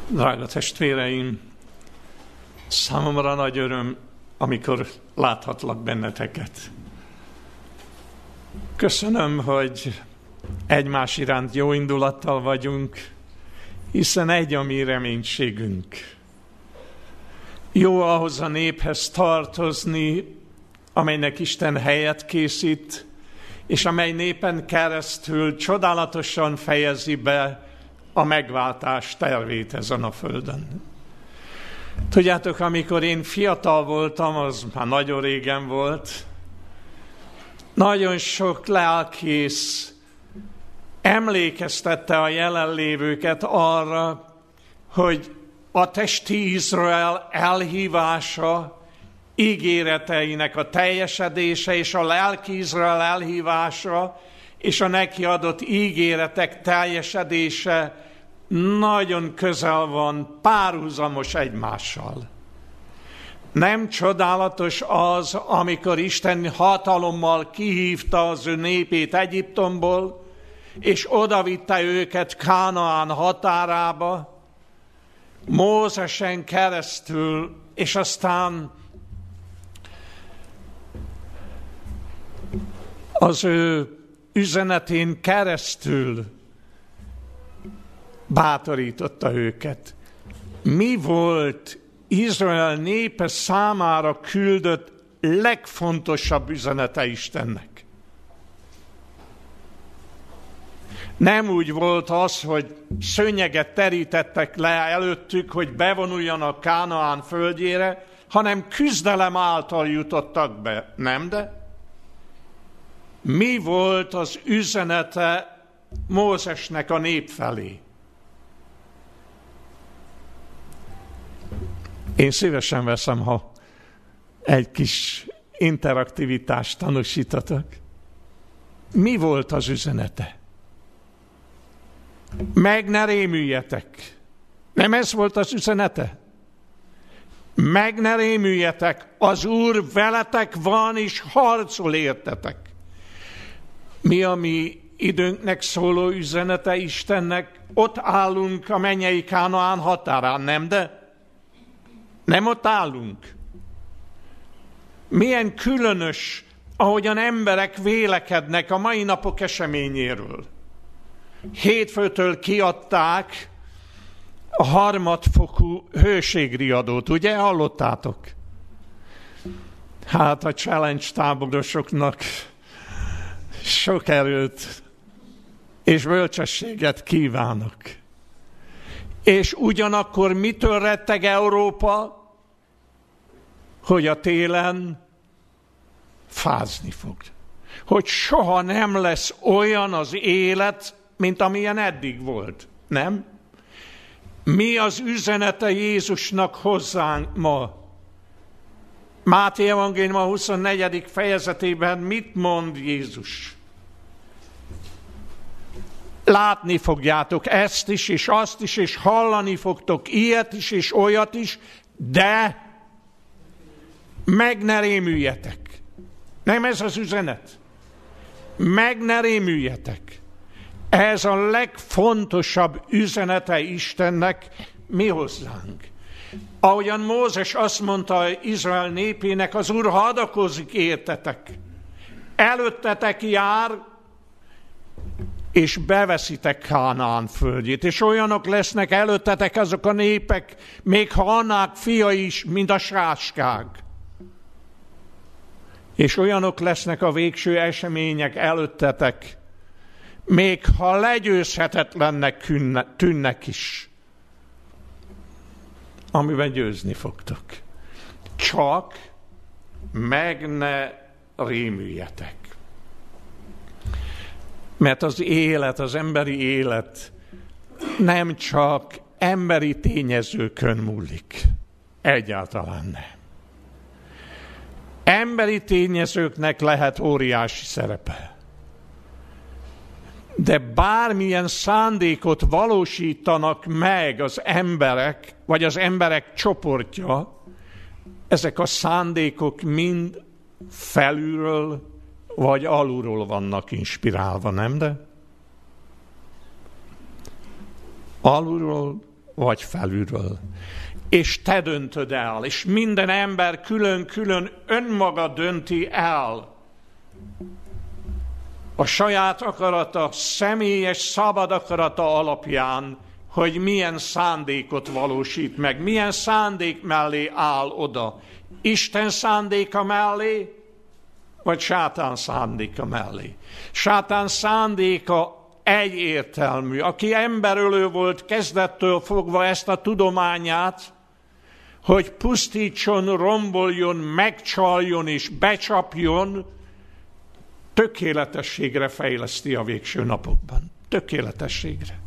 Drága testvéreim, számomra nagy öröm, amikor láthatlak benneteket. Köszönöm, hogy egymás iránt jó indulattal vagyunk, hiszen egy a mi reménységünk. Jó ahhoz a néphez tartozni, amelynek Isten helyet készít, és amely népen keresztül csodálatosan fejezi be a megváltás tervét ezen a földön. Tudjátok, amikor én fiatal voltam, az már nagyon régen volt, nagyon sok lelkész emlékeztette a jelenlévőket arra, hogy a testi Izrael elhívása, ígéreteinek a teljesedése és a lelki Izrael elhívása és a neki adott ígéretek teljesedése nagyon közel van, párhuzamos egymással. Nem csodálatos az, amikor Isten hatalommal kihívta az ő népét Egyiptomból, és odavitte őket Kánaán határába, Mózesen keresztül, és aztán az ő üzenetén keresztül bátorította őket. Mi volt Izrael népe számára küldött legfontosabb üzenete Istennek? Nem úgy volt az, hogy szőnyeget terítettek le előttük, hogy bevonuljanak Kánaán földjére, hanem küzdelem által jutottak be. Nem, de? Mi volt az üzenete Mózesnek a nép felé? Én szívesen veszem, ha egy kis interaktivitást tanúsítatok. Mi volt az üzenete? Meg ne rémüljetek. Nem ez volt az üzenete? Meg ne rémüljetek, az Úr veletek van, és harcol értetek. Mi a mi időnknek szóló üzenete Istennek? Ott állunk a mennyei Kánaán határán, nem de? Nem ott állunk. Milyen különös, ahogyan emberek vélekednek a mai napok eseményéről. Hétfőtől kiadták a harmadfokú hőségriadót, ugye? Hallottátok? Hát a challenge táborosoknak sok erőt és bölcsességet kívánok. És ugyanakkor mitől retteg Európa? Hogy a télen fázni fog. Hogy soha nem lesz olyan az élet, mint amilyen eddig volt. Nem? Mi az üzenete Jézusnak hozzánk ma? Máté evangélium a 24. fejezetében mit mond Jézus? Látni fogjátok ezt is, és azt is, és hallani fogtok ilyet is, és olyat is, de meg ne rémüljetek. Nem ez az üzenet? Meg ne rémüljetek. Ez a legfontosabb üzenete Istennek mi hozzánk. Ahogyan Mózes azt mondta Izrael népének, az Úr hadakozik értetek. Előttetek jár, és beveszitek Kánaán földjét. És olyanok lesznek előttetek azok a népek, még ha Annák fia is, mint a sáskák. És olyanok lesznek a végső események előttetek, még ha legyőzhetetlennek tűnnek is, amiben győzni fogtok. Csak meg ne rémüljetek. Mert az élet, az emberi élet nem csak emberi tényezőkön múlik. Egyáltalán nem. Emberi tényezőknek lehet óriási szerepe. De bármilyen szándékot valósítanak meg az emberek, vagy az emberek csoportja, ezek a szándékok mind felülről vagy alulról vannak inspirálva, nem de? Alulról vagy felülről. És te döntöd el, és minden ember külön-külön önmaga dönti el a saját akarata, személyes szabad akarata alapján, hogy milyen szándékot valósít meg, milyen szándék mellé áll oda. Isten szándéka mellé, vagy sátán szándéka mellé. Sátán szándéka egyértelmű. Aki emberölő volt kezdettől fogva ezt a tudományát, hogy pusztítson, romboljon, megcsaljon és becsapjon, tökéletességre fejleszti a végső napokban. Tökéletességre.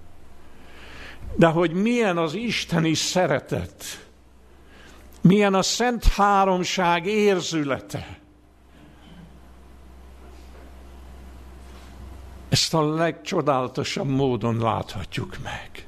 De hogy milyen az isteni szeretet, milyen a Szent Háromság érzülete, ezt a legcsodálatosabb módon láthatjuk meg.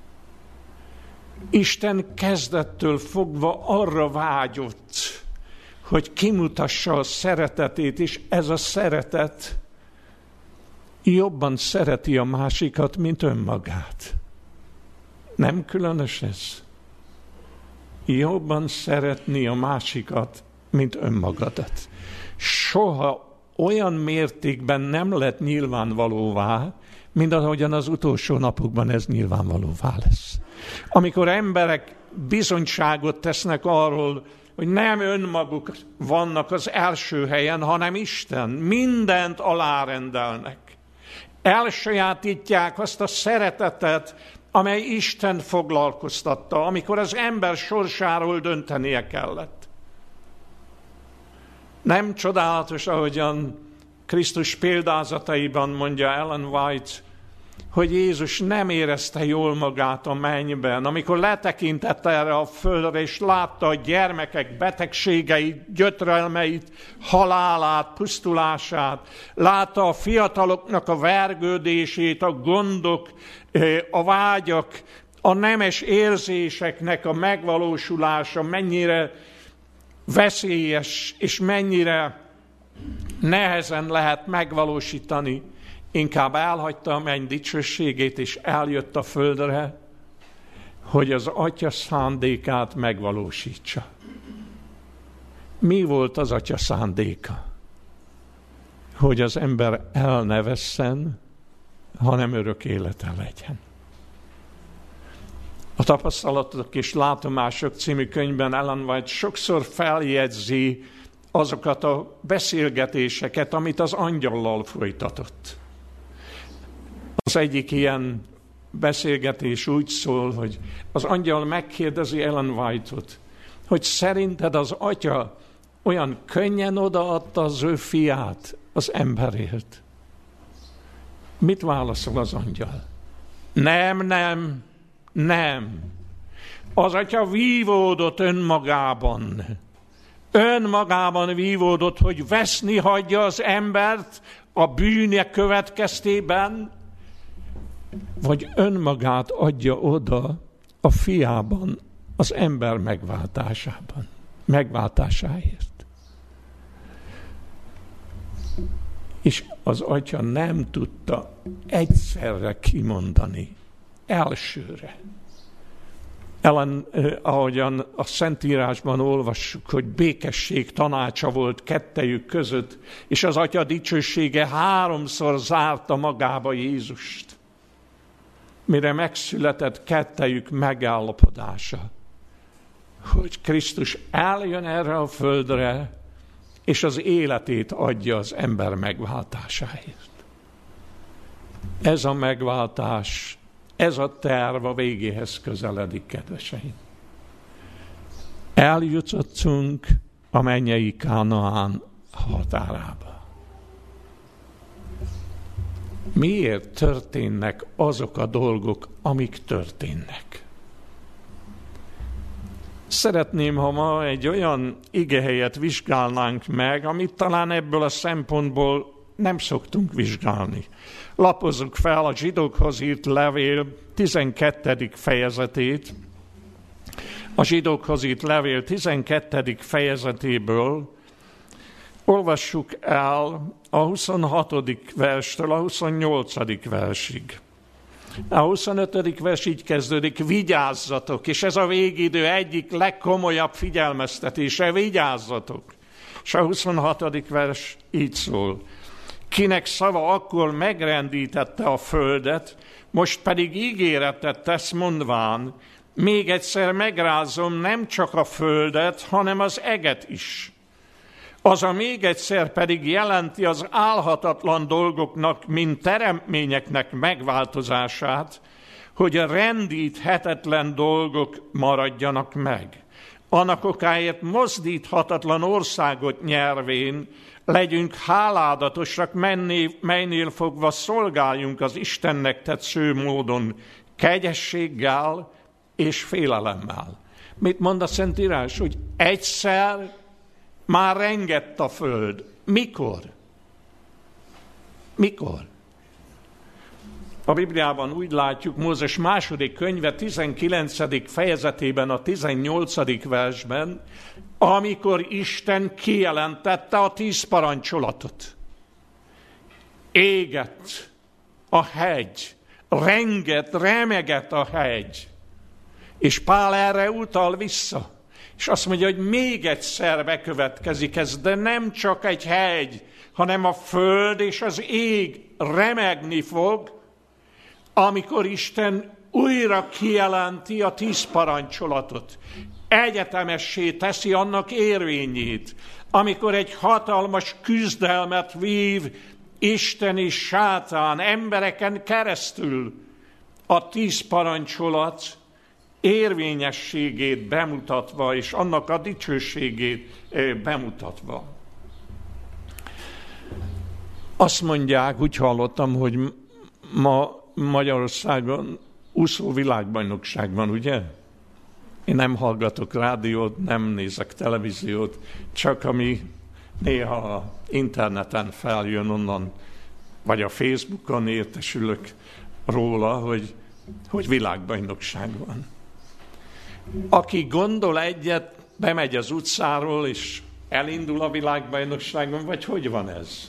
Isten kezdettől fogva arra vágyott, hogy kimutassa a szeretetét, és ez a szeretet jobban szereti a másikat, mint önmagát. Nem különös ez? Jobban szeretni a másikat, mint önmagadat. Soha olyan mértékben nem lett nyilvánvalóvá, mint ahogyan az utolsó napokban ez nyilvánvalóvá lesz. Amikor emberek bizonyságot tesznek arról, hogy nem önmaguk vannak az első helyen, hanem Isten, mindent alárendelnek. Elsajátítják azt a szeretetet, amely Isten foglalkoztatta, amikor az ember sorsáról döntenie kellett. Nem csodálatos, ahogyan Krisztus példázataiban mondja Ellen White, hogy Jézus nem érezte jól magát a mennyben, amikor letekintett erre a földre, és látta a gyermekek betegségeit, gyötrelmeit, halálát, pusztulását, látta a fiataloknak a vergődését, a gondok, a vágyak, a nemes érzéseknek a megvalósulása, mennyire veszélyes, és mennyire nehezen lehet megvalósítani. Inkább elhagyta a menny dicsőségét, és eljött a földre, hogy az Atya szándékát megvalósítsa. Mi volt az Atya szándéka? Hogy az ember el ne vesszen, hanem örök élete legyen. A Tapasztalatok és Látomások című könyvben Ellen White sokszor feljegyzi azokat a beszélgetéseket, amit az angyallal folytatott. Az egyik ilyen beszélgetés úgy szól, hogy az angyal megkérdezi Ellen White-ot, hogy szerinted az Atya olyan könnyen odaadta az ő fiát az emberért. Mit válaszol az angyal? Nem. Az Atya vívódott önmagában. Önmagában vívódott, hogy veszni hagyja az embert a bűnje következtében, vagy önmagát adja oda a fiában, az ember megváltásáért. És az Atya nem tudta egyszerre kimondani, elsőre. Ahogyan a Szentírásban olvassuk, hogy békesség tanácsa volt kettejük között, és az Atya dicsősége 3-szor zárta magába Jézust, mire megszületett kettejük megállapodása, hogy Krisztus eljön erre a földre, és az életét adja az ember megváltásáért. Ez a megváltás, ez a terv a végéhez közeledik, kedveseim. Eljutottunk a mennyei Kánaán határába. Miért történnek azok a dolgok, amik történnek? Szeretném, ha ma egy olyan igehelyet vizsgálnánk meg, amit talán ebből a szempontból nem szoktunk vizsgálni. Lapozzuk fel a Zsidókhoz írt levél 12. fejezetét. A Zsidókhoz írt levél 12. fejezetéből olvassuk el a 26. verstől a 28. versig. A 25. vers így kezdődik, vigyázzatok, és ez a végidő egyik legkomolyabb figyelmeztetése, vigyázzatok. És a 26. vers így szól, kinek szava akkor megrendítette a földet, most pedig ígéretet tesz mondván, még egyszer megrázom nem csak a földet, hanem az eget is. Az a még egyszer pedig jelenti az álhatatlan dolgoknak, mint teremtményeknek megváltozását, hogy a rendíthetetlen dolgok maradjanak meg. Annak okáért mozdíthatatlan országot nyervén legyünk háládatosak, melynél fogva szolgáljunk az Istennek tetsző módon, kegyességgel és félelemmel. Mit mond a Szentírás? Hogy egyszer már rengett a föld. Mikor? Mikor? A Bibliában úgy látjuk, Mózes második könyve 19. fejezetében, a 18. versben, amikor Isten kijelentette a 10 parancsolatot. Égett a hegy, rengett, remegett a hegy. És Pál erre utal vissza. És azt mondja, hogy még egyszer bekövetkezik ez, de nem csak egy hegy, hanem a föld és az ég remegni fog, amikor Isten újra kijelenti a 10 parancsolatot. Egyetemessé teszi annak érvényét, amikor egy hatalmas küzdelmet vív Isten és sátán embereken keresztül a 10 parancsolat érvényességét bemutatva, és annak a dicsőségét bemutatva. Azt mondják, úgy hallottam, hogy ma Magyarországon úszó világbajnokság van, ugye? Én nem hallgatok rádiót, nem nézek televíziót, csak ami néha a interneten feljön onnan, vagy a Facebookon értesülök róla, hogy világbajnokság van. Aki gondol egyet, bemegy az utcáról, és elindul a világbajnokságon, vagy hogy van ez?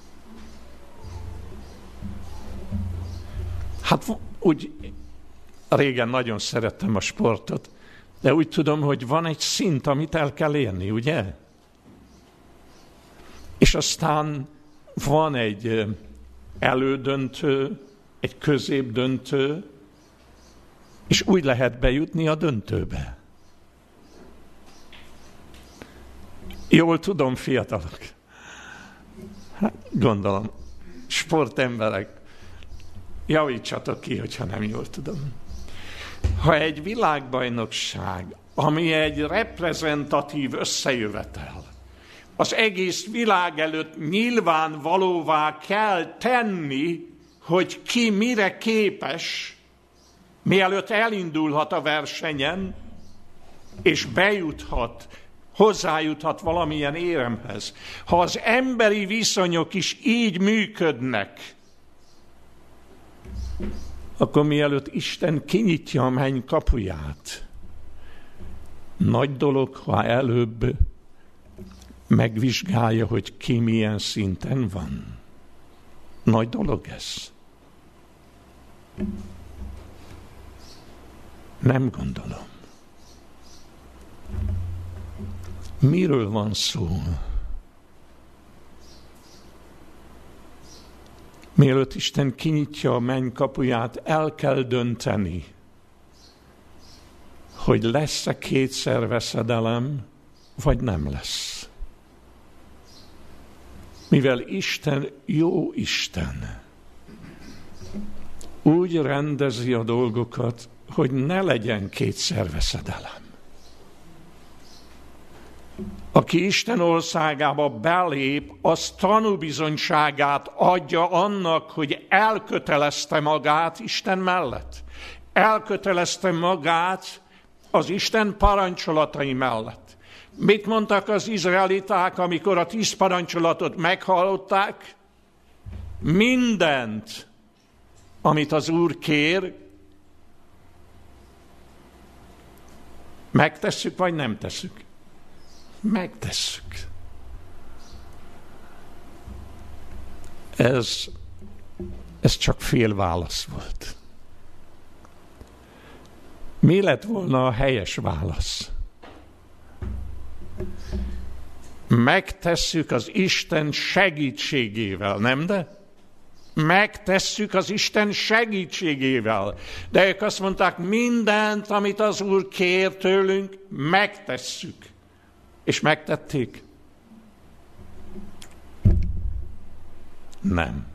Hát úgy régen nagyon szerettem a sportot, de úgy tudom, hogy van egy szint, amit el kell érni, ugye? És aztán van egy elődöntő, egy középdöntő, és úgy lehet bejutni a döntőbe. Jól tudom, fiatalok. Hát, gondolom, sportemberek, javítsatok ki, hogyha nem jól tudom. Ha egy világbajnokság, ami egy reprezentatív összejövetel, az egész világ előtt nyilvánvalóvá kell tenni, hogy ki mire képes, mielőtt elindulhat a versenyen, és bejuthat, hozzájuthat valamilyen éremhez. Ha az emberi viszonyok is így működnek, akkor mielőtt Isten kinyitja a menny kapuját, nagy dolog, ha előbb megvizsgálja, hogy ki milyen szinten van. Nagy dolog ez. Nem gondolom. Miről van szó? Mielőtt Isten kinyitja a menny kapuját, el kell dönteni, hogy lesz-e kétszer veszedelem, vagy nem lesz. Mivel Isten jó Isten, úgy rendezi a dolgokat, hogy ne legyen kétszer veszedelem. Aki Isten országába belép, az tanúbizonyságát adja annak, hogy elkötelezte magát Isten mellett. Elkötelezte magát az Isten parancsolatai mellett. Mit mondtak az izraeliták, amikor a 10 parancsolatot meghallották? Mindent, amit az Úr kér, megtesszük, vagy nem tesszük? Megtesszük. Ez csak fél válasz volt. Mi lett volna a helyes válasz? Megtesszük az Isten segítségével, nem de? Megtesszük az Isten segítségével. De ők azt mondták, mindent, amit az Úr kér tőlünk, megtesszük. És megtették? Nem.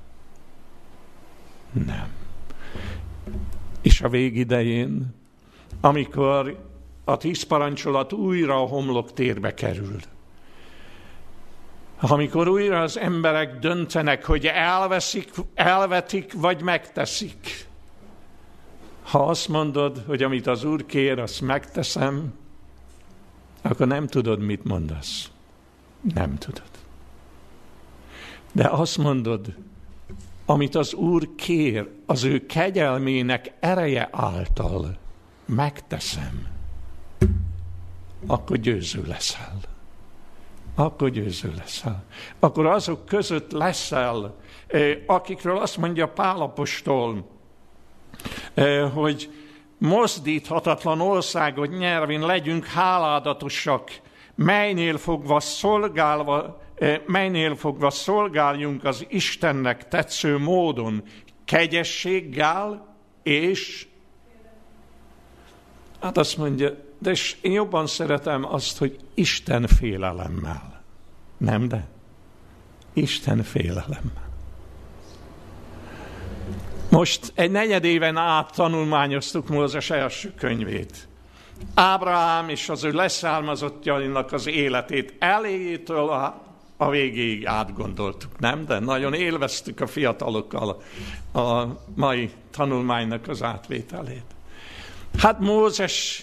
Nem. És a végidején, amikor a 10 parancsolat újra a homloktérbe kerül, amikor újra az emberek döntenek, hogy elvetik, vagy megteszik. Ha azt mondod, hogy amit az Úr kér, azt megteszem, akkor nem tudod, mit mondasz. Nem tudod. De azt mondod, amit az Úr kér, az ő kegyelmének ereje által megteszem, akkor győző leszel. Akkor győző leszel. Akkor azok között leszel, akikről azt mondja Pál apostol, hogy mozdíthatatlan országot nyervén legyünk háládatosak, melynél fogva szolgáljunk az Istennek tetsző módon, kegyességgel és... Hát azt mondja, de én jobban szeretem azt, hogy Isten félelemmel. Nem, de? Isten félelemmel. Most egy 4 éven át tanulmányoztuk Mózes első könyvét. Ábrahám és az ő leszármazottjainak az életét elejétől a végéig átgondoltuk, nem? De nagyon élveztük a fiatalokkal a mai tanulmánynak az átvételét. Hát Mózes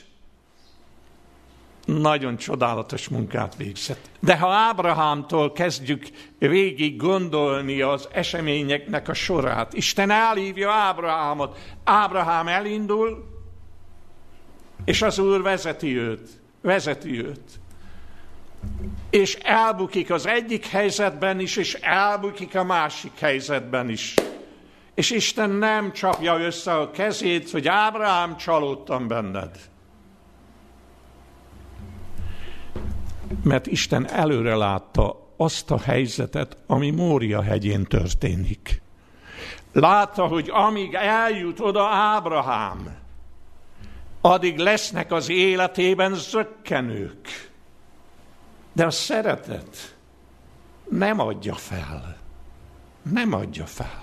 nagyon csodálatos munkát végzett. De ha Ábrahámtól kezdjük végig gondolni az eseményeknek a sorát, Isten elhívja Ábrahámot, Ábrahám elindul, és az Úr vezeti őt. És elbukik az egyik helyzetben is, és elbukik a másik helyzetben is. És Isten nem csapja össze a kezét, hogy Ábrahám, csalódtam benned. Mert Isten előre látta azt a helyzetet, ami Mória hegyén történik. Látta, hogy amíg eljut oda Ábrahám, addig lesznek az életében zökkenők. De a szeretet nem adja fel. Nem adja fel.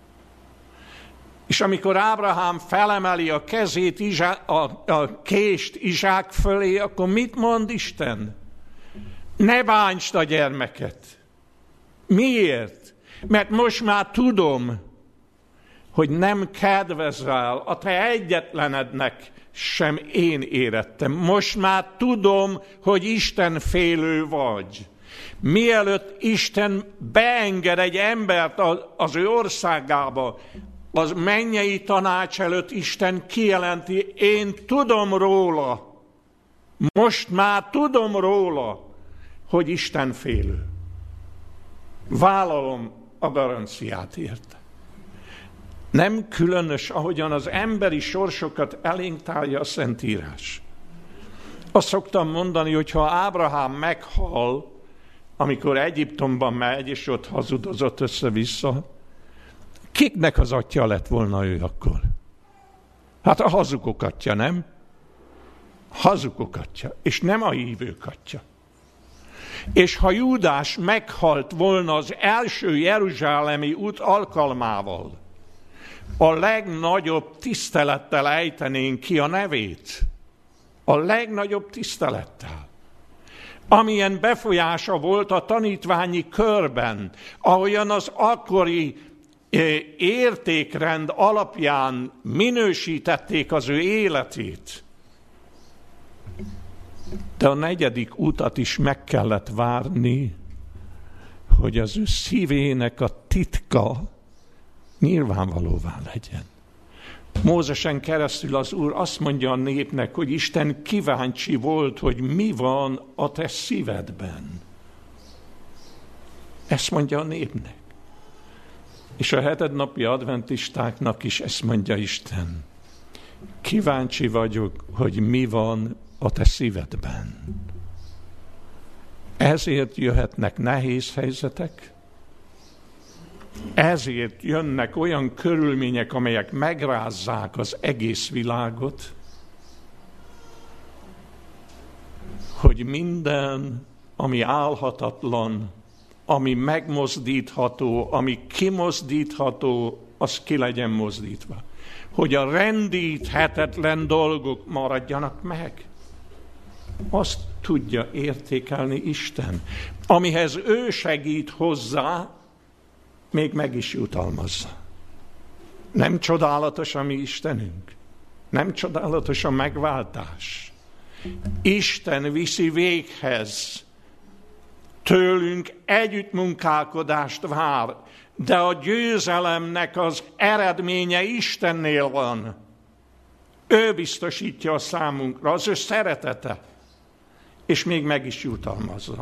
És amikor Ábrahám felemeli a kezét, a kést Izsák fölé, akkor mit mond Isten? Ne bántsd a gyermeket. Miért? Mert most már tudom, hogy nem kedvezel a te egyetlenednek, sem én érettem. Most már tudom, hogy Isten félő vagy. Mielőtt Isten beenged egy embert az ő országába, az mennyei tanács előtt Isten kijelenti, én tudom róla, most már tudom róla, hogy Isten félő. Vállalom a garanciát érte. Nem különös, ahogyan az emberi sorsokat elénk tárja a Szentírás. Azt szoktam mondani, hogy ha Ábrahám meghal, amikor Egyiptomban megy, és ott hazudozott össze-vissza, kiknek az atya lett volna ő akkor? Hát a hazugok atya, nem? Hazugok atya, és nem a hívők atya. És ha Júdás meghalt volna az első jeruzsálemi út alkalmával, a legnagyobb tisztelettel ejtenénk ki a nevét. A legnagyobb tisztelettel. Amilyen befolyása volt a tanítványi körben, ahogyan az akkori értékrend alapján minősítették az ő életét. De a 4. utat is meg kellett várni, hogy az ő szívének a titka nyilvánvalóvá legyen. Mózesen keresztül az Úr azt mondja a népnek, hogy Isten kíváncsi volt, hogy mi van a te szívedben. Ezt mondja a népnek. És a hetednapi adventistáknak is ezt mondja Isten. Kíváncsi vagyok, hogy mi van a te szívedben. Ezért jöhetnek nehéz helyzetek, ezért jönnek olyan körülmények, amelyek megrázzák az egész világot, hogy minden, ami állhatatlan, ami megmozdítható, ami kimozdítható, az ki legyen mozdítva. Hogy a rendíthetetlen dolgok maradjanak meg. Azt tudja értékelni Isten. Amihez ő segít hozzá, még meg is jutalmazza. Nem csodálatos a mi Istenünk? Nem csodálatos a megváltás? Isten viszi véghez. Tőlünk együttmunkálkodást vár, de a győzelemnek az eredménye Istennél van. Ő biztosítja a számunkra, az ő szeretete, és még meg is jutalmazza.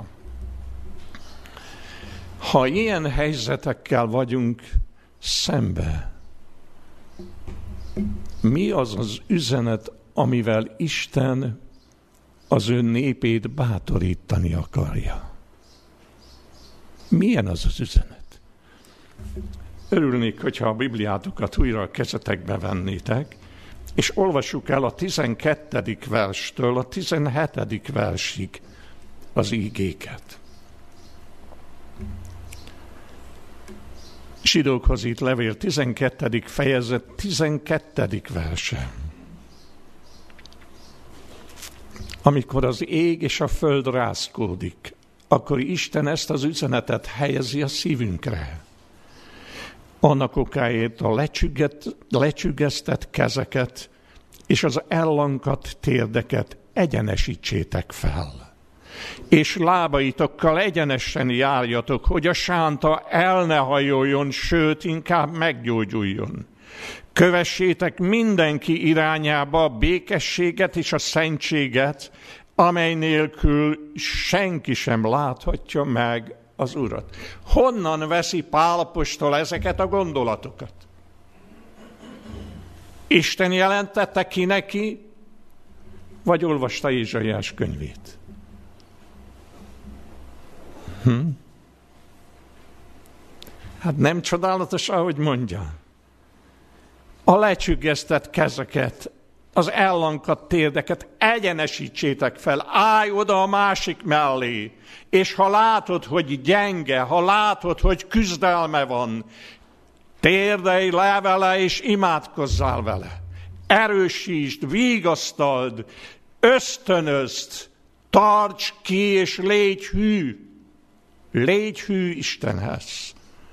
Ha ilyen helyzetekkel vagyunk szembe, mi az az üzenet, amivel Isten az ő népét bátorítani akarja? Milyen az az üzenet? Örülnék, hogyha a Bibliátokat újra a kezetekbe vennétek, és olvassuk el a 12. verstől a 17. versig az ígéket. Zsidókhoz írt levél 12. fejezet 12. verse. Amikor az ég és a föld rázkódik, akkor Isten ezt az üzenetet helyezi a szívünkre. Annak okáért a lecsüggesztett kezeket és az ellankadt térdeket egyenesítsétek fel. És lábaitokkal egyenesen járjatok, hogy a sánta el ne hajoljon, sőt, inkább meggyógyuljon. Kövessétek mindenki irányába a békességet és a szentséget, amely nélkül senki sem láthatja meg az Urat. Honnan veszi Pál apostol ezeket a gondolatokat? Isten jelentette ki neki, vagy olvasta Ézsaiás könyvét? Hát nem csodálatos, ahogy mondja. A lecsüggesztett kezeket, az ellankadt térdeket egyenesítsétek fel, állj oda a másik mellé, és ha látod, hogy gyenge, ha látod, hogy küzdelme van, térdelj le vele, és imádkozzál vele. Erősítsd, vigasztald, ösztönözd, tarts ki, és légy hű. Légy hű Istenhez.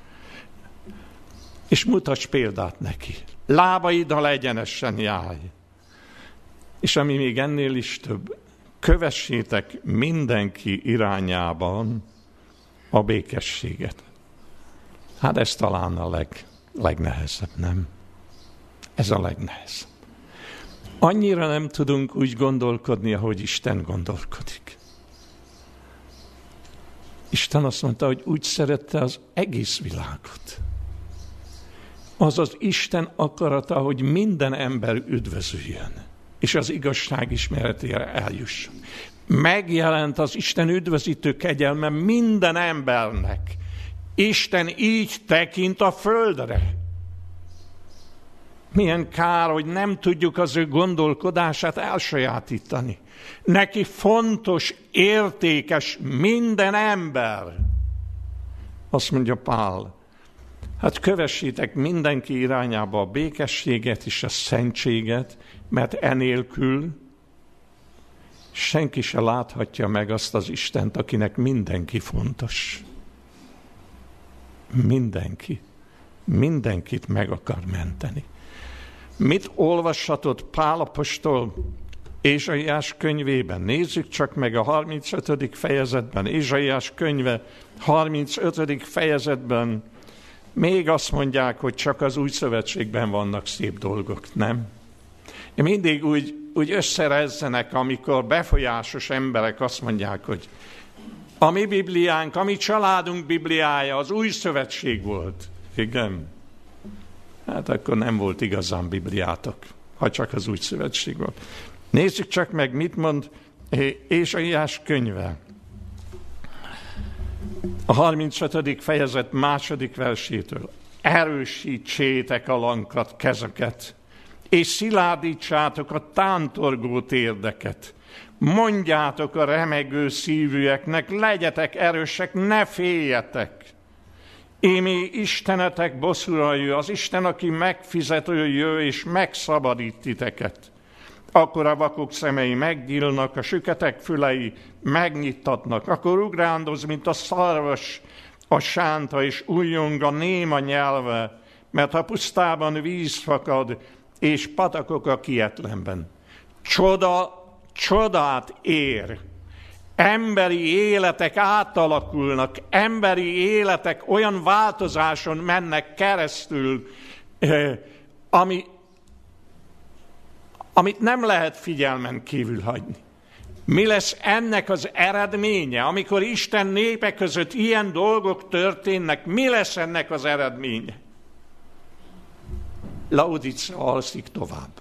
És mutass példát neki. Lábaiddal egyenesen járj. És ami még ennél is több, kövessétek mindenki irányában a békességet. Hát ez talán a legnehezebb, nem? Ez a legnehezebb. Annyira nem tudunk úgy gondolkodni, ahogy Isten gondolkodik. Isten azt mondta, hogy úgy szerette az egész világot. Az az Isten akarata, hogy minden ember üdvözüljön, és az igazság ismeretére eljusson. Megjelent az Isten üdvözítő kegyelme minden embernek. Isten így tekint a földre. Milyen kár, hogy nem tudjuk az ő gondolkodását elsajátítani. Neki fontos, értékes minden ember. Azt mondja Pál, hát kövessétek mindenki irányába a békességet és a szentséget, mert enélkül senki se láthatja meg azt az Istent, akinek mindenki fontos. Mindenki. Mindenkit meg akar menteni. Mit olvashatott Pál apostol Ézsaiás könyvében? Nézzük csak meg a 35. fejezetben, Ézsaiás könyve 35. fejezetben. Még azt mondják, hogy csak az új szövetségben vannak szép dolgok, nem? Mindig úgy összerezzenek, amikor befolyásos emberek azt mondják, hogy a mi Bibliánk, a mi családunk Bibliája az új szövetség volt. Igen. Hát akkor nem volt igazán Bibliátok. ha csak az új szövetség volt. Nézzük csak meg, mit mond Ézsaiás könyve. A 35. fejezet 2. versétől. Erősítsétek a lankadt kezeket, és szilárdítsátok a tántorgó térdeket. Mondjátok a remegő szívűeknek, legyetek erősek, ne féljetek. Émé Istenetek bosszúra jö, az Isten, aki megfizető jö, és megszabadít titeket. Akkor a vakok szemei megnyílnak, a süketek fülei megnyittatnak, akkor ugrándoz, mint a szarvas, a sánta, és újjong a néma nyelve, mert a pusztában víz fakad, és patakok a kietlenben. Csodát ér. Emberi életek átalakulnak, emberi életek olyan változáson mennek keresztül, amit nem lehet figyelmen kívül hagyni. Mi lesz ennek az eredménye, amikor Isten népe között ilyen dolgok történnek? Mi lesz ennek az eredménye? Laodicea alszik tovább.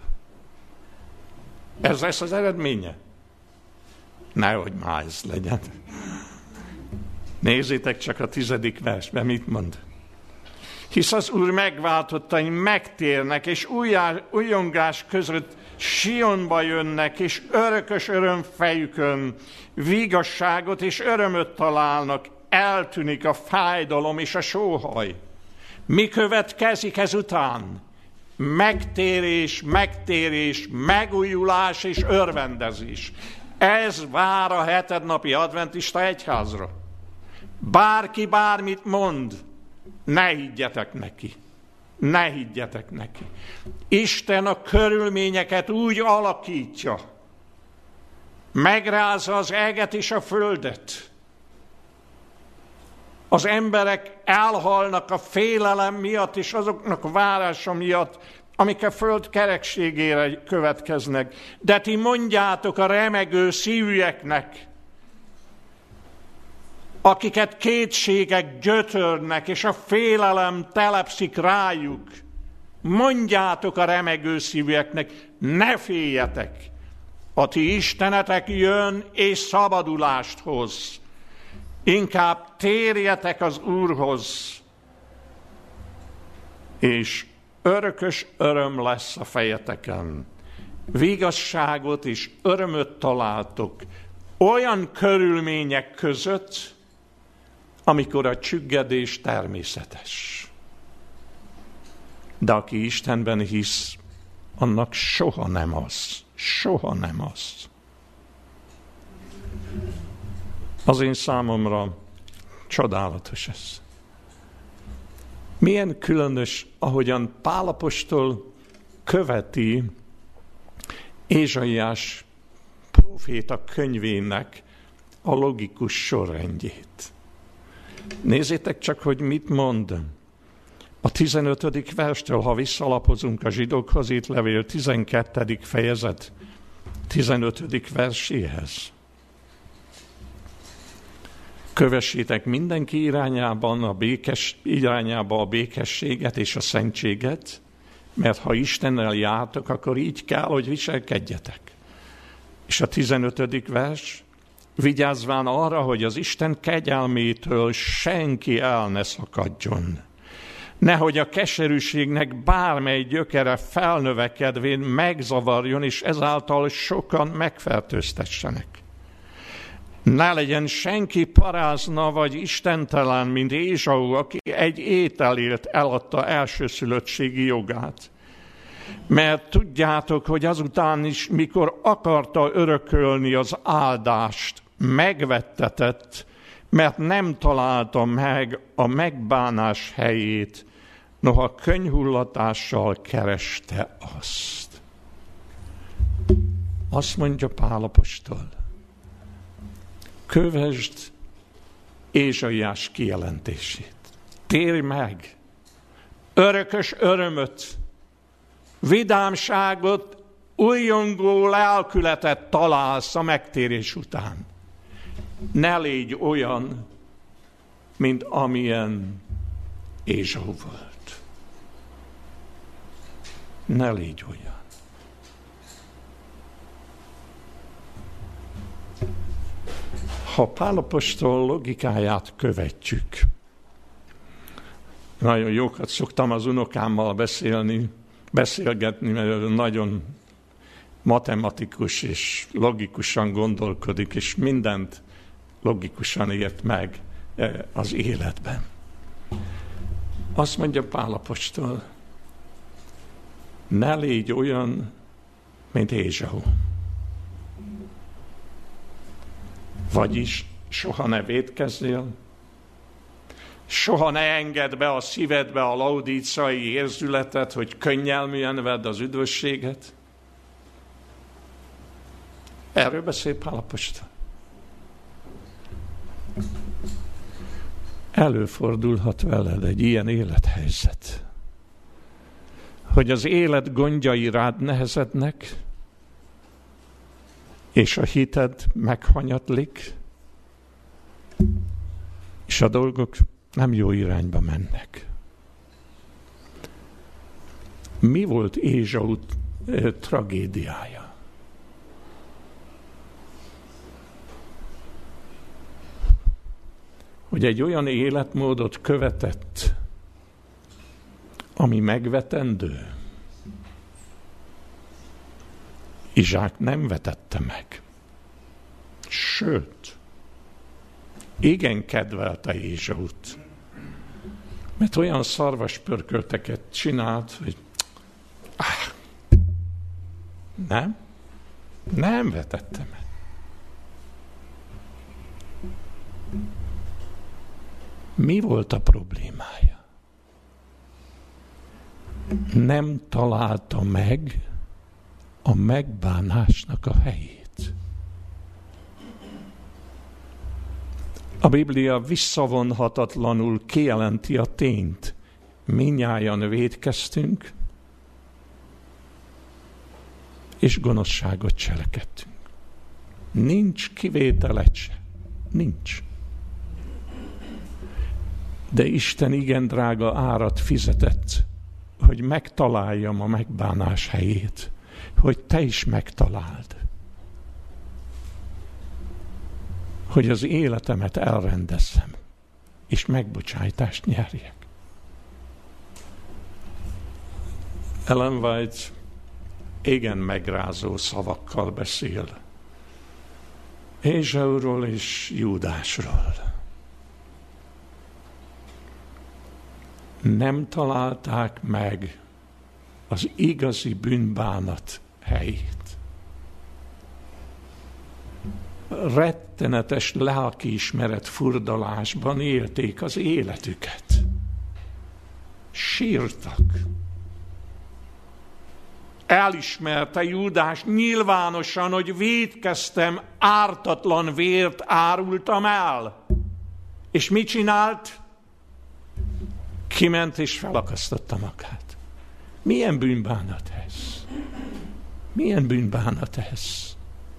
Ez lesz az eredménye? Nehogy már ez legyen. Nézzétek csak a 10. versben, mit mond. Hisz az Úr megváltottai megtérnek, és újongás között Sionba jönnek, és örökös öröm fejükön vigasságot és örömöt találnak, eltűnik a fájdalom és a sóhaj. Mi következik ezután? Megtérés, megújulás és örvendezés. Ez vár a hetednapi adventista egyházra. Bárki bármit mond, ne higgyetek neki. Ne higgyetek neki. Isten a körülményeket úgy alakítja, megrázza az eget és a földet. Az emberek elhalnak a félelem miatt és azoknak várása miatt, amik a föld kerekségére következnek. De ti mondjátok a remegő szívűeknek, akiket kétségek gyötörnek, és a félelem telepszik rájuk. Mondjátok a remegő szívűeknek, ne féljetek, a ti istenetek jön és szabadulást hoz. Inkább térjetek az Úrhoz, és örökös öröm lesz a fejeteken. Vigasságot és örömöt találtok olyan körülmények között, amikor a csüggedés természetes. De aki Istenben hisz, annak soha nem az. Soha nem az. Az én számomra csodálatos ez. Milyen különös, ahogyan Pál apostol követi Ézsaiás próféta könyvének a logikus sorrendjét. Nézzétek csak, hogy mit mond. A 15. verstől, ha visszalapozunk a zsidókhoz írt levél 12. fejezet 15. verséhez. Kövessétek mindenki irányába a békességet és a szentséget, mert ha Istennel jártok, akkor így kell, hogy viselkedjetek. És a 15. vers, vigyázzván arra, hogy az Isten kegyelmétől senki el ne szakadjon. Nehogy a keserűségnek bármely gyökere felnövekedvén megzavarjon, és ezáltal sokan megfertőztessenek. Ne legyen senki parázna vagy istentelen, mint Ézsau, aki egy ételért eladta elsőszülöttségi jogát. Mert tudjátok, hogy azután is, mikor akarta örökölni az áldást, megvettetett, mert nem találta meg a megbánás helyét, noha könnyhullatással kereste azt. Azt mondja Pál apostol, kövesd Ézsaiás kijelentését. Térj meg! Örökös örömöt, vidámságot, újjongó lelkületet találsz a megtérés után. Ne légy olyan, mint amilyen Ézsau volt. Ne légy olyan. Ha Pál apostol logikáját követjük, nagyon jókat szoktam az unokámmal beszélgetni, mert ő nagyon matematikus és logikusan gondolkodik, és mindent logikusan ért meg az életben. Azt mondja Pál apostol, ne légy olyan, mint Ézsau. Vagyis soha ne vétkezzél, soha ne engedd be a szívedbe a laudíciai érzületet, hogy könnyelműen vedd az üdvösséget. Erről beszél Pál apostol. Előfordulhat veled egy ilyen élethelyzet, hogy az élet gondjai rád nehezednek, és a hited meghanyatlik, és a dolgok nem jó irányba mennek. Mi volt Ézsau tragédiája? Hogy egy olyan életmódot követett, ami megvetendő. Izsák nem vetette meg. Sőt, igen kedvelte Ézsaut. Mert olyan szarvaspörkölteket csinált, hogy nem vetette meg. Mi volt a problémája? Nem találta meg a megbánásnak a helyét. A Biblia visszavonhatatlanul kijelenti a tényt. Mindnyájan vétkeztünk, és gonoszságot cselekedtünk. Nincs kivételet se. Nincs. De Isten igen drága árat fizetett, hogy megtaláljam a megbánás helyét, hogy te is megtaláld. Hogy az életemet elrendezzem, és megbocsájtást nyerjek. Ellen White igen megrázó szavakkal beszél Ézsauról és Júdásról. Nem találták meg az igazi bűnbánat helyét. Rettenetes lelkiismeret furdalásban élték az életüket. Sírtak. Elismerte Júdás nyilvánosan, hogy vétkeztem, ártatlan vért árultam el. És mit csinált? Kiment és felakasztotta magát. Milyen bűnbánat ez? Milyen bűnbánat ez?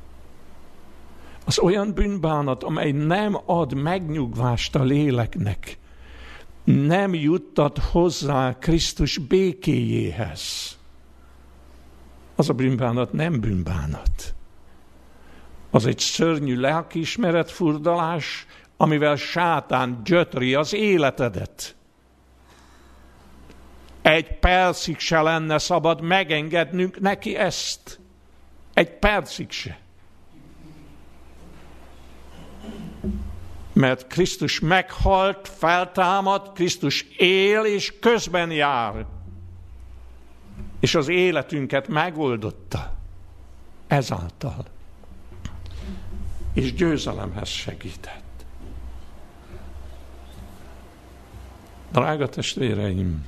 Az olyan bűnbánat, amely nem ad megnyugvást a léleknek, nem juttat hozzá Krisztus békéjéhez. Az a bűnbánat nem bűnbánat. Az egy szörnyű lelkiismeret furdalás, amivel sátán gyötri az életedet. Egy percig se lenne szabad megengednünk neki ezt. Egy percig se. Mert Krisztus meghalt, feltámad, Krisztus él és közben jár. És az életünket megoldotta ezáltal. És győzelemhez segített. Drága testvéreim,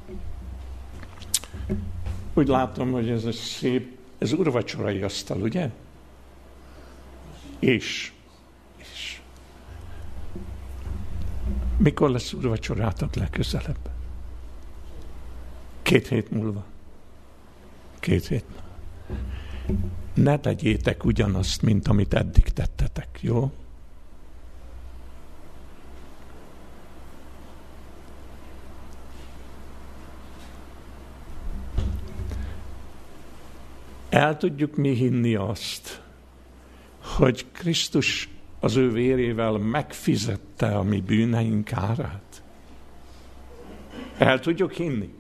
úgy látom, hogy ez egy szép, ez úrvacsorai asztal, ugye? És mikor lesz úrvacsorátok legközelebb? 2 hét múlva. 2 hét múlva. Ne tegyétek ugyanazt, mint amit eddig tettetek, jó? El tudjuk mi hinni azt, hogy Krisztus az ő vérével megfizette a mi bűneink árát? El tudjuk hinni?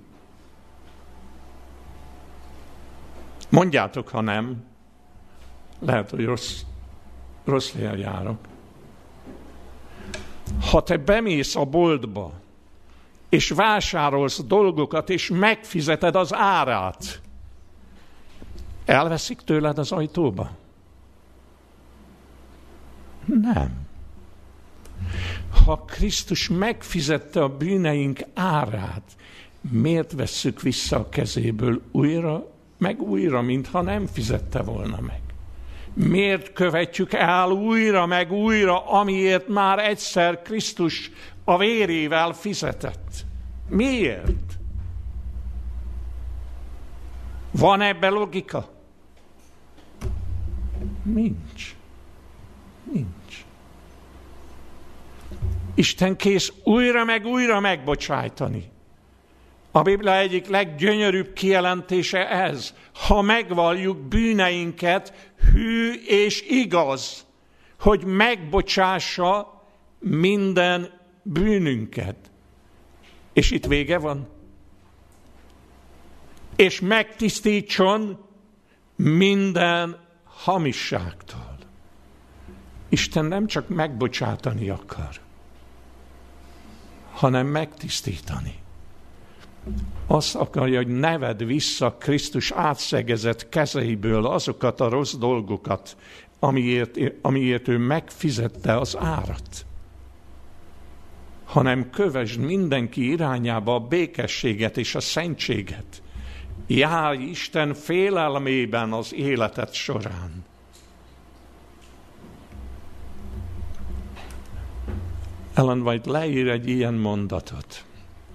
Mondjátok, ha nem, lehet, hogy rossz helyen járok. Ha te bemész a boltba, és vásárolsz dolgokat, és megfizeted az árát, elveszik tőled az ajtóba? Nem. Ha Krisztus megfizette a bűneink árát, miért vesszük vissza a kezéből újra, meg újra, mintha nem fizette volna meg? Miért követjük el újra, meg újra, amiért már egyszer Krisztus a vérével fizetett? Miért? Van ebbe logika? Nincs. Isten kész újra meg újra megbocsájtani. A Biblia egyik leggyönyörűbb kijelentése ez. Ha megvalljuk bűneinket, hű és igaz, hogy megbocsássa minden bűnünket. És itt vége van. És megtisztítson minden hamisságtól. Isten nem csak megbocsátani akar, hanem megtisztítani. Azt akarja, hogy ne vedd vissza Krisztus átszegezett kezeiből azokat a rossz dolgokat, amiért ő megfizette az árat, hanem kövesd mindenki irányába a békességet és a szentséget. Járj Isten félelmében az életed során. Ellen White leír egy ilyen mondatot.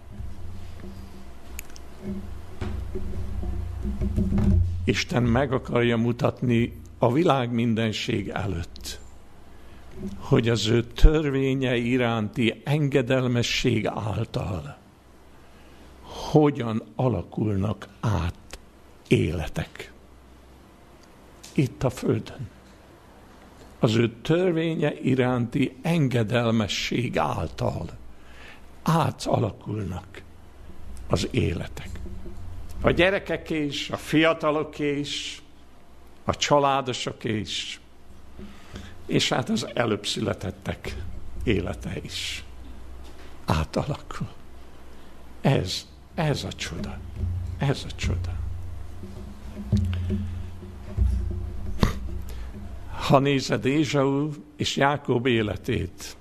Isten meg akarja mutatni a világ mindenség előtt, hogy az ő törvénye iránti engedelmesség által hogyan alakulnak át életek itt a földön. Az ő törvénye iránti engedelmesség által átalakulnak az életek. A gyerekek is, a fiatalok is, a családosok is, és hát az előbb születettek élete is átalakul. Ez a csoda. Ez a csoda. Ha nézed Ézsau és Jákob életét,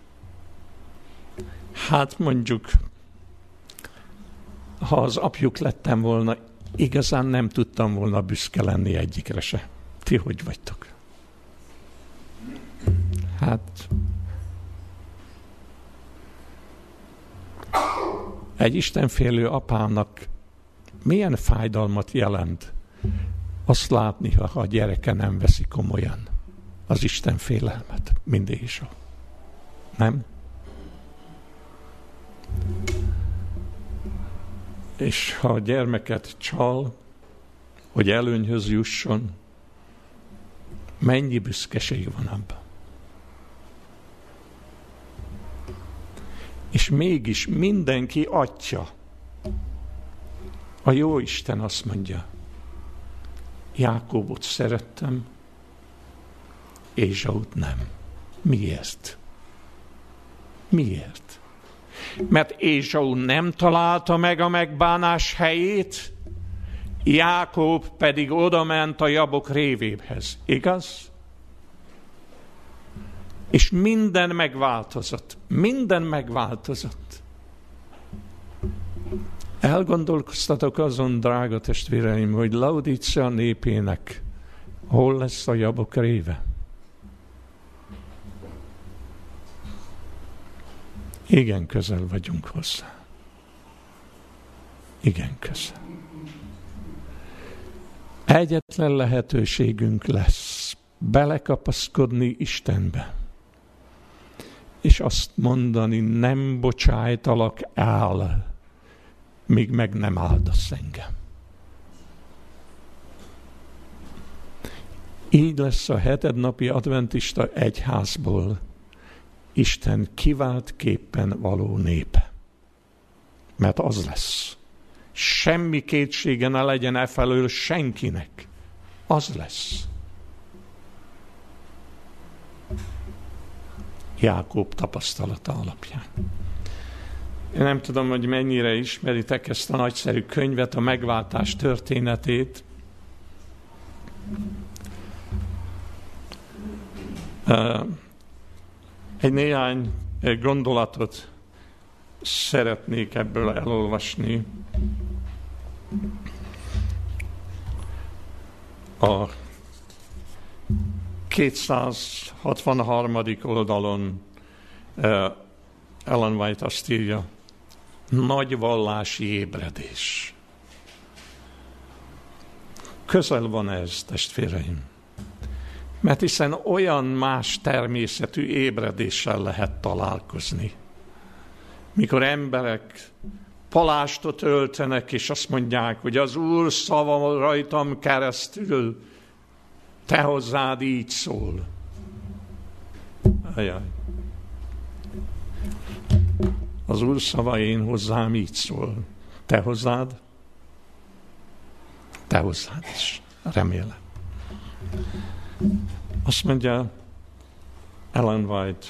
hát mondjuk, ha az apjuk lettem volna, igazán nem tudtam volna büszke lenni egyikre se. Ti hogy vagytok? Hát egy istenfélő apának milyen fájdalmat jelent azt látni, ha a gyereke nem veszi komolyan az Isten félelmet, mint Ézsau. Nem? És ha a gyermeket csal, hogy előnyhöz jusson, mennyi büszkeség van abban. És mégis mindenki atya. A jó Isten azt mondja, Jákobot szerettem, Ézsaut nem. Miért? Miért? Mert Ézsau nem találta meg a megbánás helyét, Jákob pedig odament a jabok révéhez. Igaz? És minden megváltozott. Minden megváltozott. Elgondolkoztatok azon, drága testvéreim, hogy Laodicea népének hol lesz a jabok réve? Igen közel vagyunk hozzá. Igen közel. Egyetlen lehetőségünk lesz belekapaszkodni Istenbe, és azt mondani, nem bocsájtalak el, míg meg nem áldasz engem. Így lesz a hetednapi adventista egyházból Isten kivált képpen való népe. Mert az lesz. Semmi kétsége ne legyen e felől senkinek. Az lesz. Jákob tapasztalata alapján. Én nem tudom, hogy mennyire ismeritek ezt a nagyszerű könyvet, a megváltás történetét. Egy néhány gondolatot szeretnék ebből elolvasni. A 263. oldalon Ellen White azt írja, nagy vallási ébredés. Közel van ez, testvéreim. Mert hiszen olyan más természetű ébredéssel lehet találkozni. Mikor emberek palástot öltenek, és azt mondják, hogy az Úr szava rajtam keresztül, te hozzád így szól. Ajaj. Az Úr szava én hozzám így szól. Te hozzád? Te hozzád is. Remélem. Azt mondja Ellen White,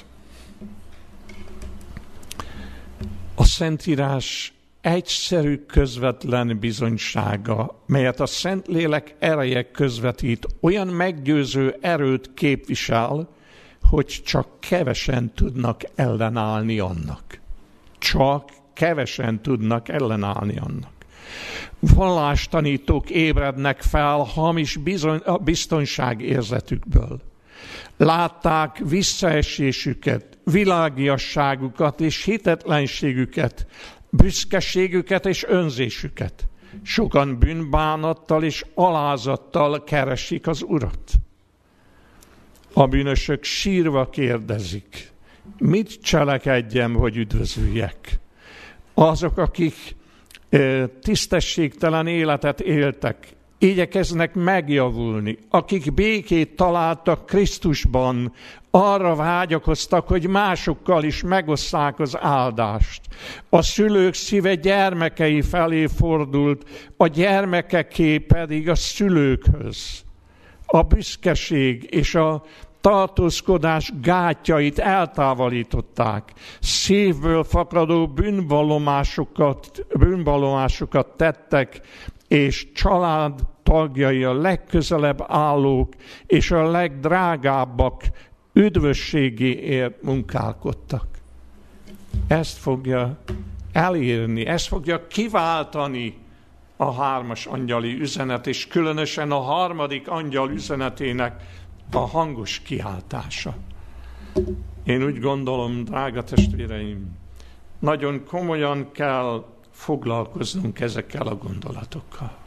a Szentírás egyszerű, közvetlen bizonysága, melyet a Szentlélek ereje közvetít, olyan meggyőző erőt képvisel, hogy csak kevesen tudnak ellenállni annak. Csak kevesen tudnak ellenállni annak. Vallástanítók ébrednek fel hamis biztonságérzetükből. Látták visszaesésüket, világiasságukat és hitetlenségüket, büszkeségüket és önzésüket. Sokan bűnbánattal és alázattal keresik az Urat. A bűnösök sírva kérdezik, mit cselekedjem, hogy üdvözüljek? Azok, akik tisztességtelen életet éltek, igyekeznek megjavulni, akik békét találtak Krisztusban, arra vágyakoztak, hogy másokkal is megosszák az áldást. A szülők szíve gyermekei felé fordult, a gyermekeké pedig a szülőkhöz. A büszkeség és a tartózkodás gátjait eltávolították. Szívből fakadó bűnvallomásokat tettek, és család tagjai, a legközelebb állók és a legdrágábbak üdvösségéért munkálkodtak. Ezt fogja elérni, ezt fogja kiváltani a 3. angyali üzenet, és különösen a 3. angyal üzenetének a hangos kiáltása. Én úgy gondolom, drága testvéreim, nagyon komolyan kell foglalkoznunk ezekkel a gondolatokkal.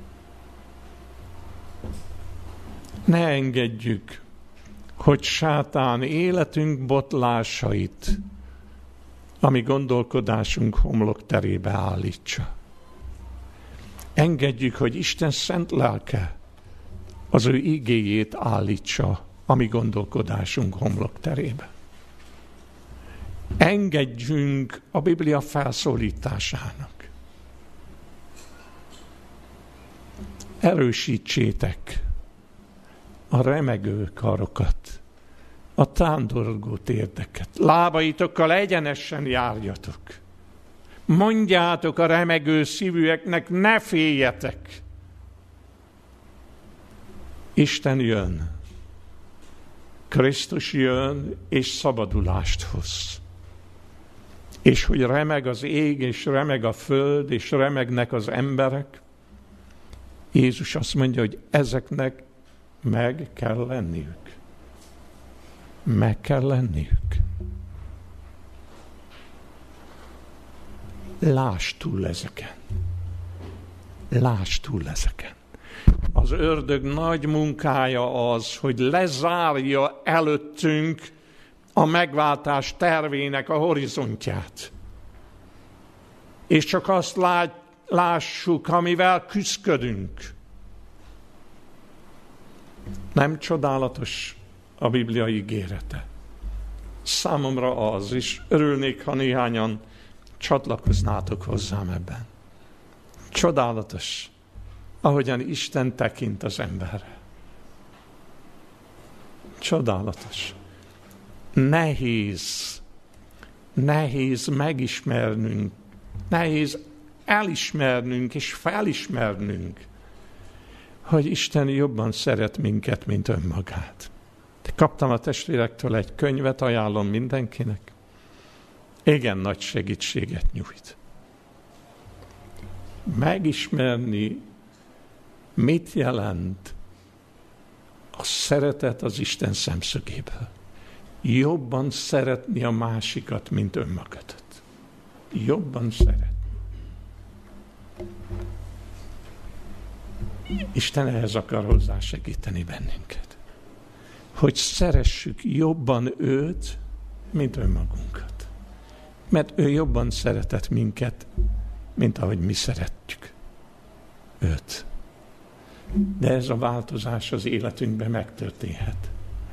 Ne engedjük, hogy sátán életünk botlásait a mi gondolkodásunk homlokterébe állítsa. Engedjük, hogy Isten szent lelke az ő igéjét állítsa a mi gondolkodásunk homlokterébe. Engedjünk a Biblia felszólításának. Erősítsétek a remegő karokat, a tándorgó térdeket. Lábaitokkal egyenesen járjatok. Mondjátok a remegő szívűeknek, ne féljetek. Isten jön. Krisztus jön, és szabadulást hoz. És hogy remeg az ég, és remeg a föld, és remegnek az emberek, Jézus azt mondja, hogy ezeknek meg kell lenniük. Meg kell lenniük. Lásd túl ezeken. Lásd túl ezeken. Az ördög nagy munkája az, hogy lezárja előttünk a megváltás tervének a horizontját. És csak azt lássuk, amivel küszködünk. Nem csodálatos a Biblia ígérete? Számomra az is. Örülnék, ha néhányan csatlakoznátok hozzám ebben. Csodálatos, ahogyan Isten tekint az emberre. Csodálatos. Nehéz megismernünk, nehéz elismernünk és felismernünk, hogy Isten jobban szeret minket, mint önmagát. Kaptam a testvérektől egy könyvet, ajánlom mindenkinek. Igen nagy segítséget nyújt. Megismerni, mit jelent a szeretet az Isten szemszögéből. Jobban szeretni a másikat, mint önmagadat. Jobban szeretni. Isten ehhez akar hozzá segíteni bennünket. Hogy szeressük jobban őt, mint önmagunkat. Mert ő jobban szeretett minket, mint ahogy mi szeretjük őt. De ez a változás az életünkben megtörténhet.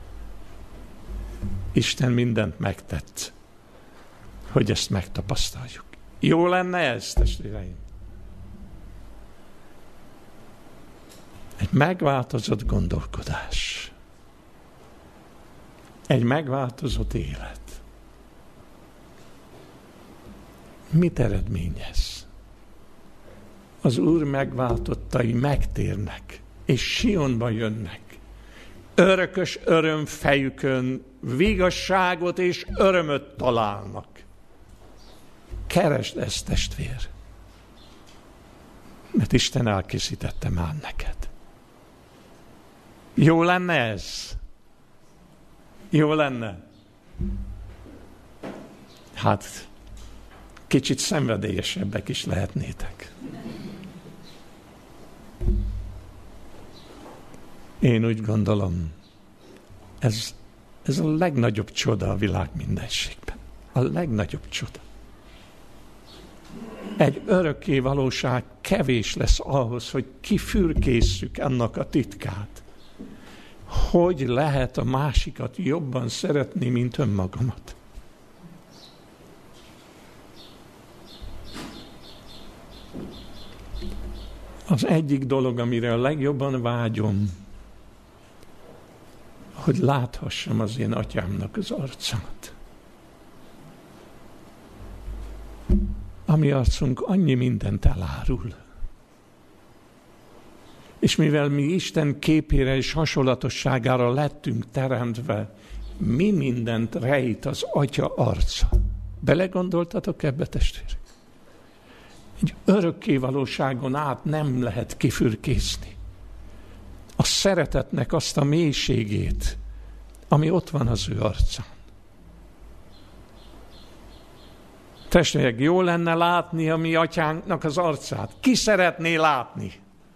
Isten mindent megtett, hogy ezt megtapasztaljuk. Jó lenne ez, testvéreim? Egy megváltozott gondolkodás. Egy megváltozott élet. Mit eredményez? Az Úr megváltottai megtérnek, és Sionba jönnek. Örökös öröm fejükön vigasságot és örömöt találnak. Keresd ezt, testvér, mert Isten elkészítette már neked. Jó lenne ez? Jó lenne? Hát, kicsit szenvedélyesebbek is lehetnétek. Én úgy gondolom, ez a legnagyobb csoda a világ mindenségben. A legnagyobb csoda. Egy örökké valóság kevés lesz ahhoz, hogy kifürkészük annak a titkát. Hogy lehet a másikat jobban szeretni, mint önmagamat? Az egyik dolog, amire a legjobban vágyom, hogy láthassam az én atyámnak az arcát. A mi arcunk annyi mindent elárul. És mivel mi Isten képére és hasonlatosságára lettünk teremtve, mi mindent rejt az Atya arca. Belegondoltatok ebbe, testvérek? Egy örökkévalóságon át nem lehet kifürkészni. A szeretetnek azt a mélységét, ami ott van az ő arcán. Testvérek, jó lenne látni a mi atyánknak az arcát. Ki szeretné látni?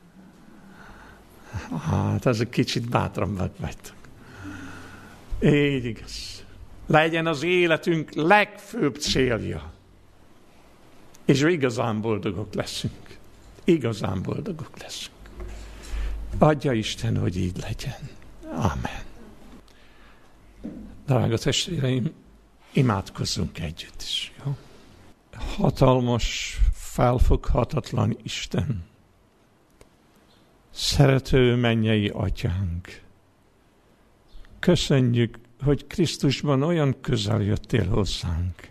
Hát, ez egy kicsit bátrabbak vagytok. Így igaz. Legyen az életünk legfőbb célja. És igazán boldogok leszünk. Igazán boldogok leszünk. Adja Isten, hogy így legyen. Amen. Drága testvéreim, imádkozzunk együtt is. Jó? Hatalmas, felfoghatatlan Isten, szerető mennyei atyánk, köszönjük, hogy Krisztusban olyan közel jöttél hozzánk,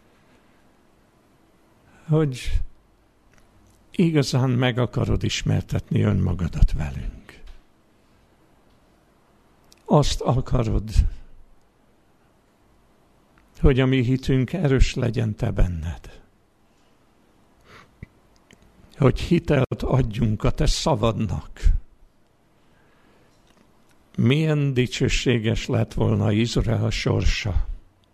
hogy igazán meg akarod ismertetni önmagadat velünk. Azt akarod, hogy a mi hitünk erős legyen te benned. Hogy hitelt adjunk a te szavadnak. Milyen dicsőséges lett volna Izrael sorsa,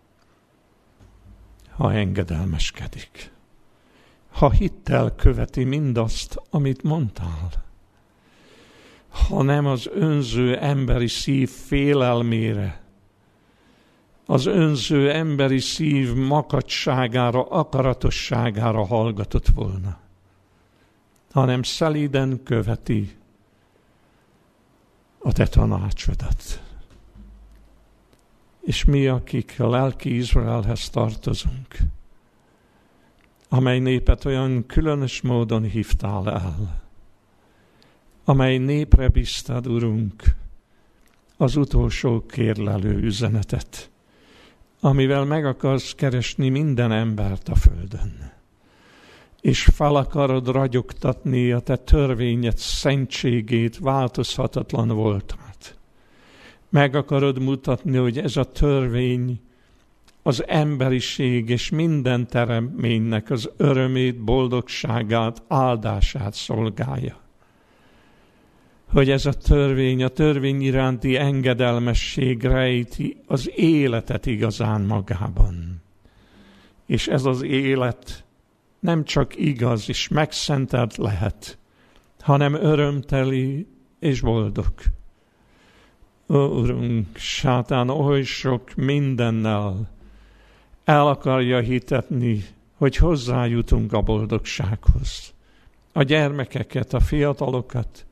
ha engedelmeskedik. Ha hittel követi mindazt, amit mondtál. Ha nem az önző emberi szív félelmére, az önző emberi szív makacságára, akaratosságára hallgatott volna, hanem szelíden követi a te tanácsodat. és mi, akik a lelki Izraelhez tartozunk, amely népet olyan különös módon hívtál el, amely népre bíztad, Urunk, az utolsó kérlelő üzenetet, amivel meg akarsz keresni minden embert a földön, és fel akarod ragyogtatni a te törvényed szentségét, változhatatlan voltát. Meg akarod mutatni, hogy ez a törvény az emberiség és minden teremtménynek az örömét, boldogságát, áldását szolgálja. Hogy ez a törvény iránti engedelmesség rejti az életet igazán magában. És ez az élet nem csak igaz és megszentelt lehet, hanem örömteli és boldog. Ó, Urunk, sátán oly sok mindennel el akarja hitetni, hogy hozzájutunk a boldogsághoz. A gyermekeket, a fiatalokat,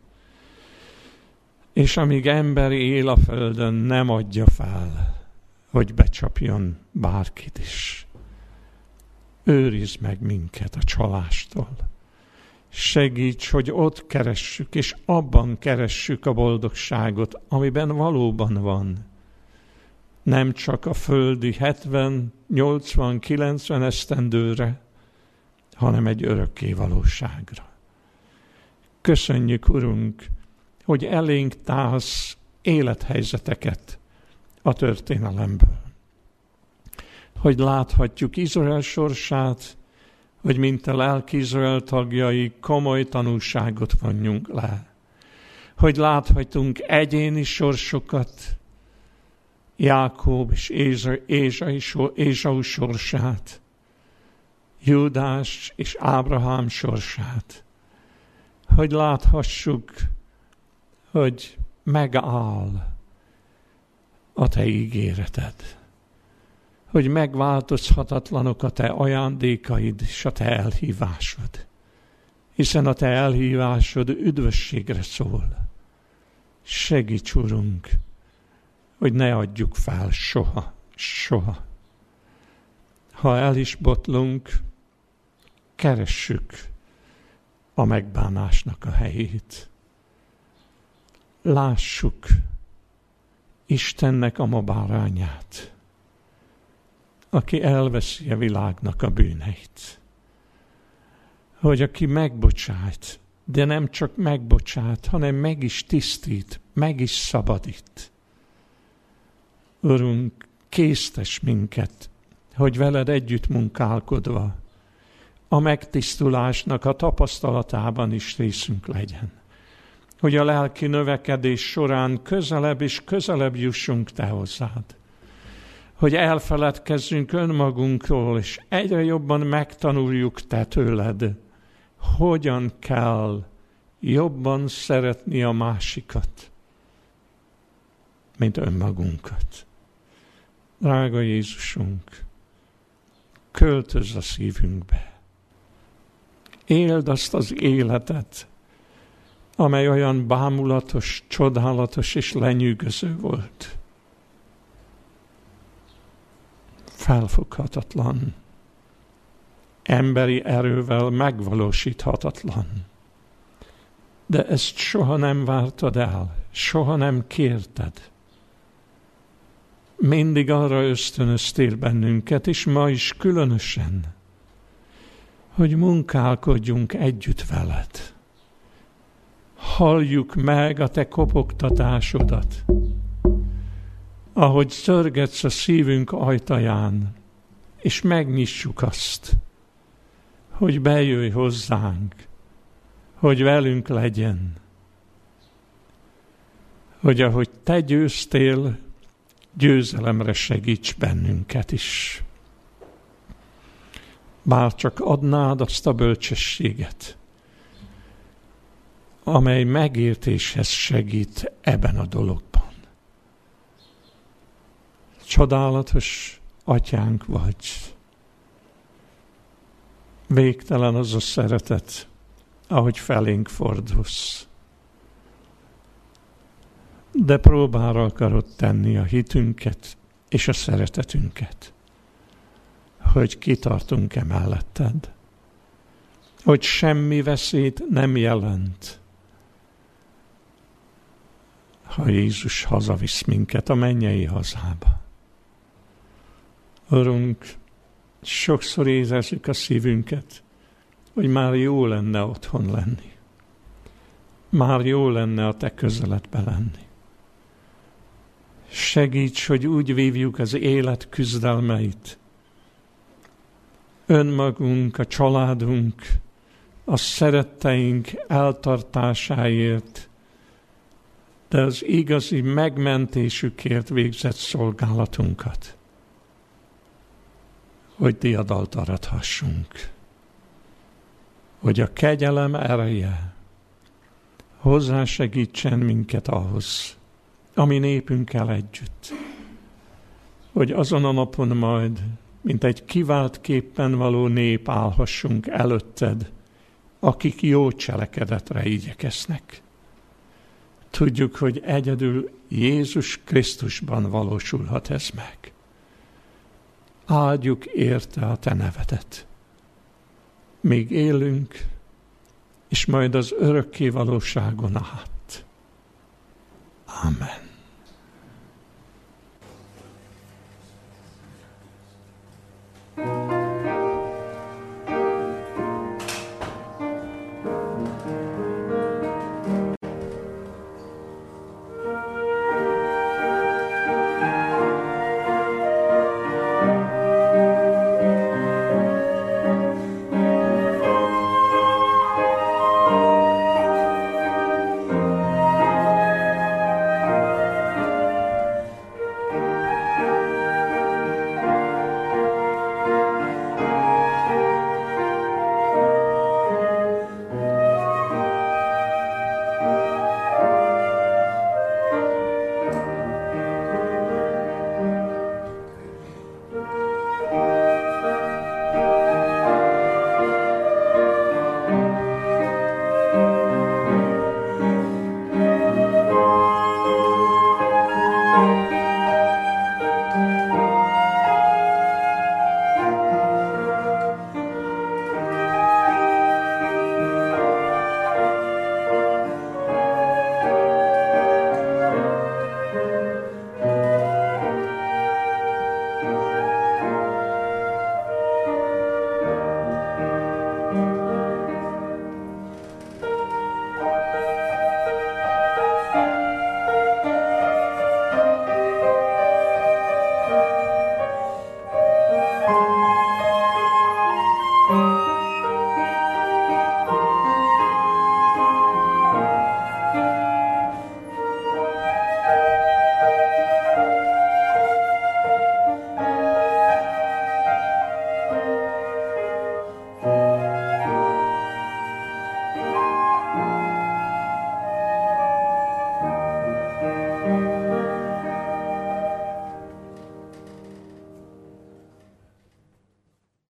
és amíg ember él a földön, nem adja fel, hogy becsapjon bárkit is. Őrizd meg minket a csalástól. Segíts, hogy ott keressük, és abban keressük a boldogságot, amiben valóban van. Nem csak a földi 70, 80, 90 esztendőre, hanem egy örökké valóságra. Köszönjük, Urunk, hogy elénk társz élethelyzeteket a történelemből. Hogy láthatjuk Izrael sorsát, hogy mint a lelki Izrael tagjai komoly tanulságot vonjunk le. Hogy láthatunk egyéni sorsokat, Jákob és Ézsau sorsát, Júdás és Ábrahám sorsát. Hogy láthassuk, hogy megáll a te ígéreted. Hogy megváltozhatatlanok a te ajándékaid és a te elhívásod. Hiszen a te elhívásod üdvösségre szól. Segíts, Urunk, hogy ne adjuk fel soha, soha. Ha el is botlunk, keressük a megbánásnak a helyét. Lássuk Istennek a ma bárányát, aki elveszi a világnak a bűneit. Hogy aki megbocsát, de nem csak megbocsát, hanem meg is tisztít, meg is szabadít. Urunk, késztes minket, hogy veled együtt munkálkodva a megtisztulásnak a tapasztalatában is részünk legyen. Hogy a lelki növekedés során közelebb és közelebb jussunk te hozzád. Hogy elfeledkezzünk önmagunkról, és egyre jobban megtanuljuk te tőled, hogyan kell jobban szeretni a másikat, mint önmagunkat. Drága Jézusunk, költözz a szívünkbe. Éld azt az életet, amely olyan bámulatos, csodálatos és lenyűgöző volt. Felfoghatatlan, emberi erővel megvalósíthatatlan. De ezt soha nem vártad el, soha nem kérted. Mindig arra ösztönöztél bennünket, és ma is különösen, hogy munkálkodjunk együtt veled. Halljuk meg a te kopogtatásodat, ahogy szörgetsz a szívünk ajtaján, és megnyissuk azt, hogy bejöjj hozzánk, hogy velünk legyen, hogy ahogy te győztél, győzelemre segíts bennünket is. Bár csak adnád azt a bölcsességet, amely megértéshez segít ebben a dologban. Csodálatos atyánk vagy. Végtelen az a szeretet, ahogy felénk fordulsz. De próbára akarod tenni a hitünket, és a szeretetünket, hogy kitartunk-e melletted, hogy semmi veszélyt nem jelent, ha Jézus hazavisz minket a mennyei hazába. Urunk, sokszor érezzük a szívünket, hogy már jó lenne otthon lenni. Már jó lenne a te közeledbe lenni. Segíts, hogy úgy vívjuk az élet küzdelmeit. Önmagunk, a családunk, a szeretteink eltartásáért, de az igazi megmentésükért végzett szolgálatunkat, hogy diadalt arathassunk. Hogy a kegyelem ereje hozzásegítsen minket ahhoz, ami népünkkel együtt, hogy azon a napon majd, mint egy kivált képpen való nép állhassunk előtted, akik jó cselekedetre igyekeznek. Tudjuk, hogy egyedül Jézus Krisztusban valósulhat ez meg. Áldjuk érte a te nevedet. Míg élünk, és majd az örökké valóságon át. Amen.